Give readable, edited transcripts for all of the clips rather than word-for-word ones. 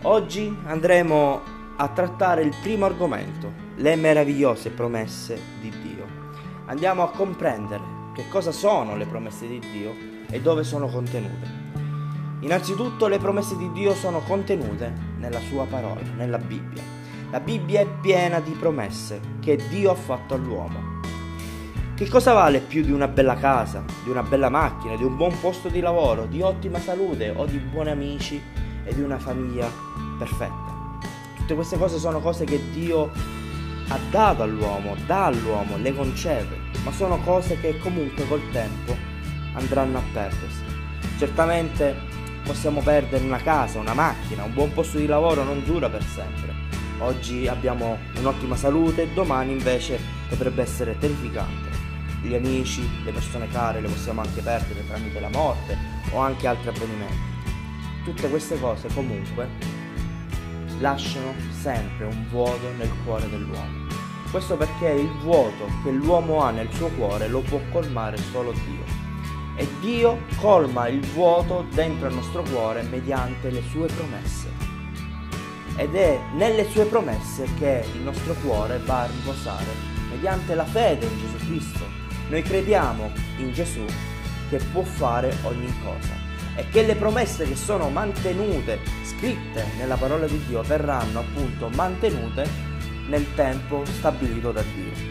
Oggi andremo a trattare il primo argomento, le meravigliose promesse di Dio. Andiamo a comprendere che cosa sono le promesse di Dio e dove sono contenute. Innanzitutto le promesse di Dio sono contenute nella sua parola, nella Bibbia. La Bibbia è piena di promesse che Dio ha fatto all'uomo. Che cosa vale più di una bella casa, di una bella macchina, di un buon posto di lavoro, di ottima salute o di buoni amici e di una famiglia perfetta? Tutte queste cose sono cose che Dio ha dato all'uomo, dà all'uomo, le concede, ma sono cose che comunque col tempo andranno a perdersi. Certamente possiamo perdere una casa, una macchina, un buon posto di lavoro non dura per sempre. Oggi abbiamo un'ottima salute, domani invece potrebbe essere terrificante. Gli amici, le persone care le possiamo anche perdere tramite la morte o anche altri avvenimenti. Tutte queste cose comunque lasciano sempre un vuoto nel cuore dell'uomo. Questo perché il vuoto che l'uomo ha nel suo cuore lo può colmare solo Dio. E Dio colma il vuoto dentro il nostro cuore mediante le sue promesse. Ed è nelle sue promesse che il nostro cuore va a riposare mediante la fede in Gesù Cristo. Noi crediamo in Gesù che può fare ogni cosa e che le promesse che sono mantenute, scritte nella parola di Dio, verranno appunto mantenute nel tempo stabilito da Dio.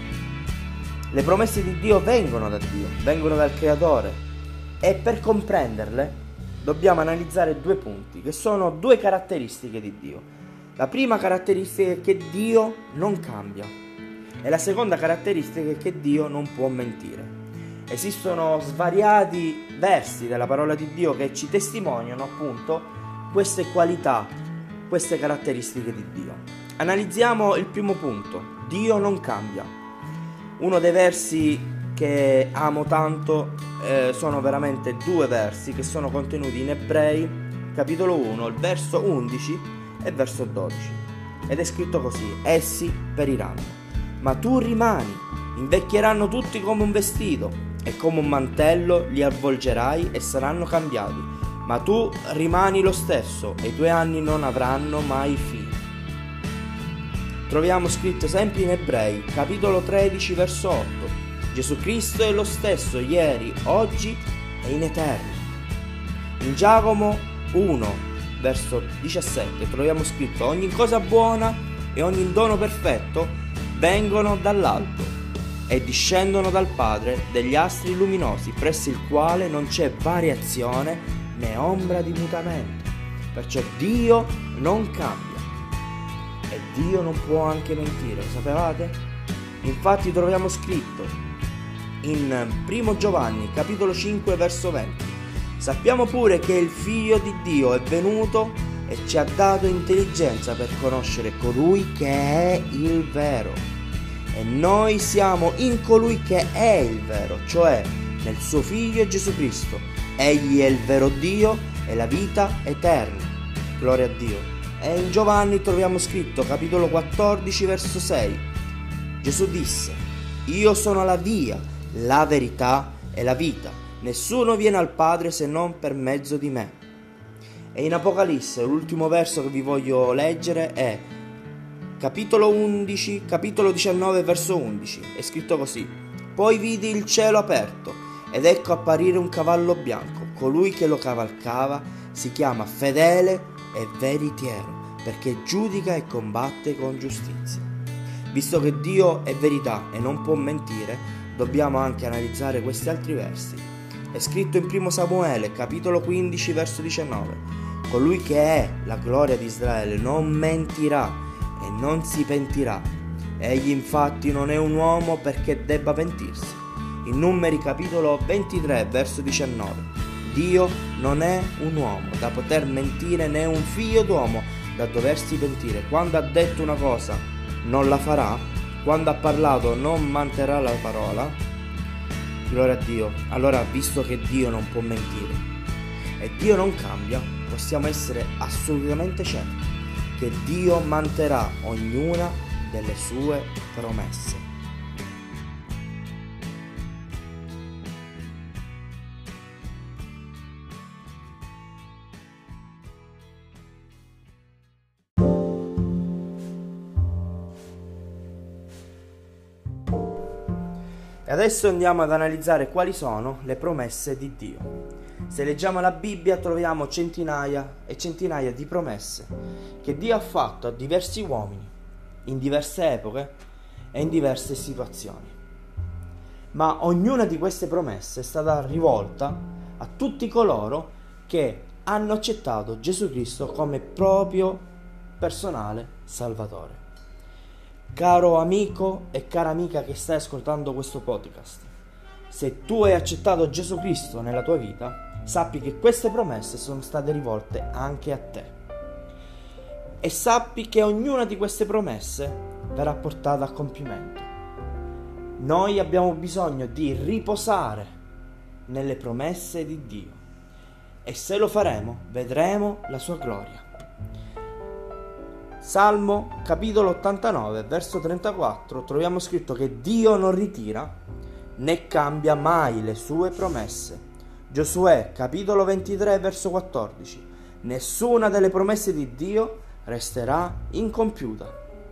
Le promesse di Dio vengono da Dio, vengono dal Creatore e per comprenderle dobbiamo analizzare due punti che sono due caratteristiche di Dio. La prima caratteristica è che Dio non cambia. E la seconda caratteristica è che Dio non può mentire. Esistono svariati versi della parola di Dio che ci testimoniano appunto queste qualità, queste caratteristiche di Dio. Analizziamo il primo punto: Dio non cambia. Uno dei versi che amo tanto sono veramente due versi che sono contenuti in Ebrei, capitolo 1, il verso 11 e verso 12. Ed è scritto così: essi periranno, ma tu rimani, invecchieranno tutti come un vestito, e come un mantello li avvolgerai e saranno cambiati, ma tu rimani lo stesso, e i tuoi anni non avranno mai fine. Troviamo scritto sempre in Ebrei, capitolo 13, verso 8. Gesù Cristo è lo stesso ieri, oggi e in eterno. In Giacomo 1, verso 17, troviamo scritto: ogni cosa buona e ogni dono perfetto vengono dall'alto e discendono dal Padre degli astri luminosi, presso il quale non c'è variazione né ombra di mutamento. Perciò Dio non cambia e Dio non può anche mentire, lo sapevate? Infatti troviamo scritto in 1 Giovanni capitolo 5 verso 20: sappiamo pure che il Figlio di Dio è venuto e ci ha dato intelligenza per conoscere colui che è il vero. E noi siamo in colui che è il vero, cioè nel suo Figlio Gesù Cristo. Egli è il vero Dio e la vita eterna. Gloria a Dio. E in Giovanni troviamo scritto, capitolo 14, verso 6. Gesù disse: io sono la via, la verità e la vita. Nessuno viene al Padre se non per mezzo di me. E in Apocalisse, l'ultimo verso che vi voglio leggere è capitolo 11, capitolo 19, verso 11. È scritto così: poi vidi il cielo aperto, ed ecco apparire un cavallo bianco. Colui che lo cavalcava si chiama Fedele e Veritiero, perché giudica e combatte con giustizia. Visto che Dio è verità e non può mentire, dobbiamo anche analizzare questi altri versi. È scritto in 1 Samuele, capitolo 15, verso 19: colui che è la gloria di Israele non mentirà e non si pentirà. Egli infatti non è un uomo perché debba pentirsi. In Numeri capitolo 23 verso 19: Dio non è un uomo da poter mentire, né un figlio d'uomo da doversi pentire. Quando ha detto una cosa non la farà, quando ha parlato non manterrà la parola. Gloria a Dio. Allora, visto che Dio non può mentire e Dio non cambia, possiamo essere assolutamente certi che Dio manterrà ognuna delle sue promesse. E adesso andiamo ad analizzare quali sono le promesse di Dio. Se leggiamo la Bibbia troviamo centinaia e centinaia di promesse che Dio ha fatto a diversi uomini, in diverse epoche e in diverse situazioni. Ma ognuna di queste promesse è stata rivolta a tutti coloro che hanno accettato Gesù Cristo come proprio personale Salvatore. Caro amico e cara amica che stai ascoltando questo podcast, se tu hai accettato Gesù Cristo nella tua vita, sappi che queste promesse sono state rivolte anche a te. E sappi che ognuna di queste promesse verrà portata a compimento. Noi abbiamo bisogno di riposare nelle promesse di Dio e se lo faremo vedremo la sua gloria. Salmo capitolo 89 verso 34 troviamo scritto che Dio non ritira né cambia mai le sue promesse. Giosuè capitolo 23 verso 14: nessuna delle promesse di Dio resterà incompiuta.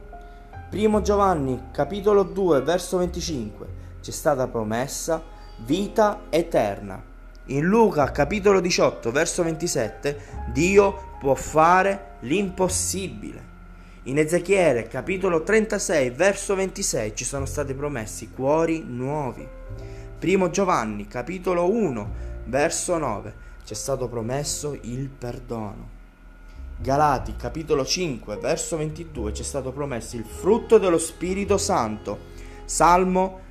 Primo Giovanni capitolo 2 verso 25: c'è stata promessa vita eterna. In Luca capitolo 18 verso 27: Dio può fare l'impossibile. In Ezechiele capitolo 36 verso 26 ci sono stati promessi cuori nuovi. Primo Giovanni capitolo 1 verso 9 c'è stato promesso il perdono. Galati capitolo 5 verso 22 c'è stato promesso il frutto dello Spirito Santo. Salmo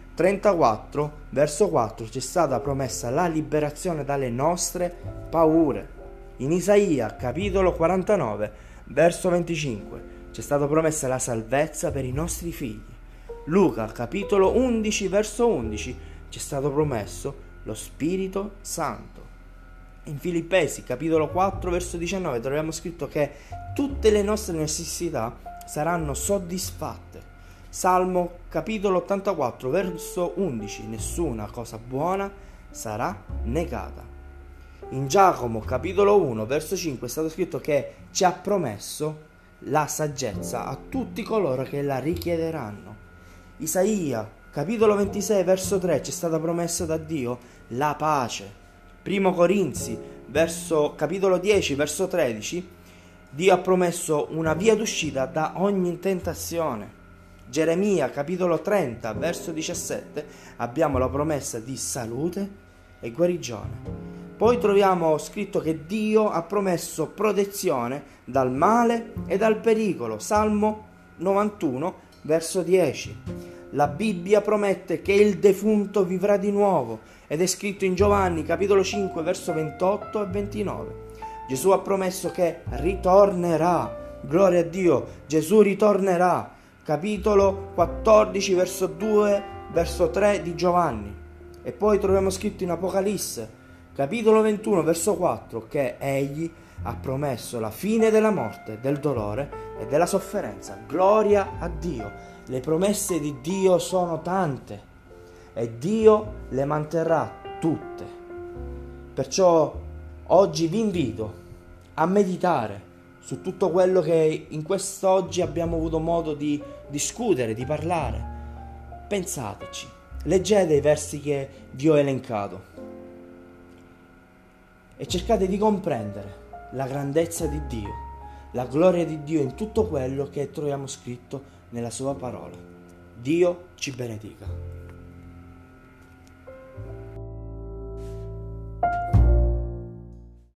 34 verso 4 c'è stata promessa la liberazione dalle nostre paure. In Isaia capitolo 49 verso 25 c'è stata promessa la salvezza per i nostri figli. Luca capitolo 11 verso 11 c'è stato promesso lo Spirito Santo. In Filippesi capitolo 4 verso 19 troviamo scritto che tutte le nostre necessità saranno soddisfatte. Salmo capitolo 84 verso 11: nessuna cosa buona sarà negata. In Giacomo capitolo 1 verso 5 è stato scritto che ci ha promesso la saggezza a tutti coloro che la richiederanno. Isaia capitolo 26 verso 3 c'è stata promessa da Dio la pace. Primo Corinzi capitolo 10 verso 13: Dio ha promesso una via d'uscita da ogni tentazione. Geremia capitolo 30 verso 17 abbiamo la promessa di salute e guarigione. Poi troviamo scritto che Dio ha promesso protezione dal male e dal pericolo. Salmo 91 verso 10. La Bibbia promette che il defunto vivrà di nuovo ed è scritto in Giovanni capitolo 5 verso 28 e 29. Gesù ha promesso che ritornerà. Gloria a Dio, Gesù ritornerà. Capitolo 14 verso 2 verso 3 di Giovanni. E poi troviamo scritto in Apocalisse capitolo 21 verso 4 che egli ha promesso la fine della morte, del dolore e della sofferenza. Gloria a Dio. Le promesse di Dio sono tante e Dio le manterrà tutte. Perciò oggi vi invito a meditare su tutto quello che in quest'oggi abbiamo avuto modo di discutere, di parlare. Pensateci, leggete i versi che vi ho elencato e cercate di comprendere la grandezza di Dio, la gloria di Dio in tutto quello che troviamo scritto nella sua parola. Dio ci benedica.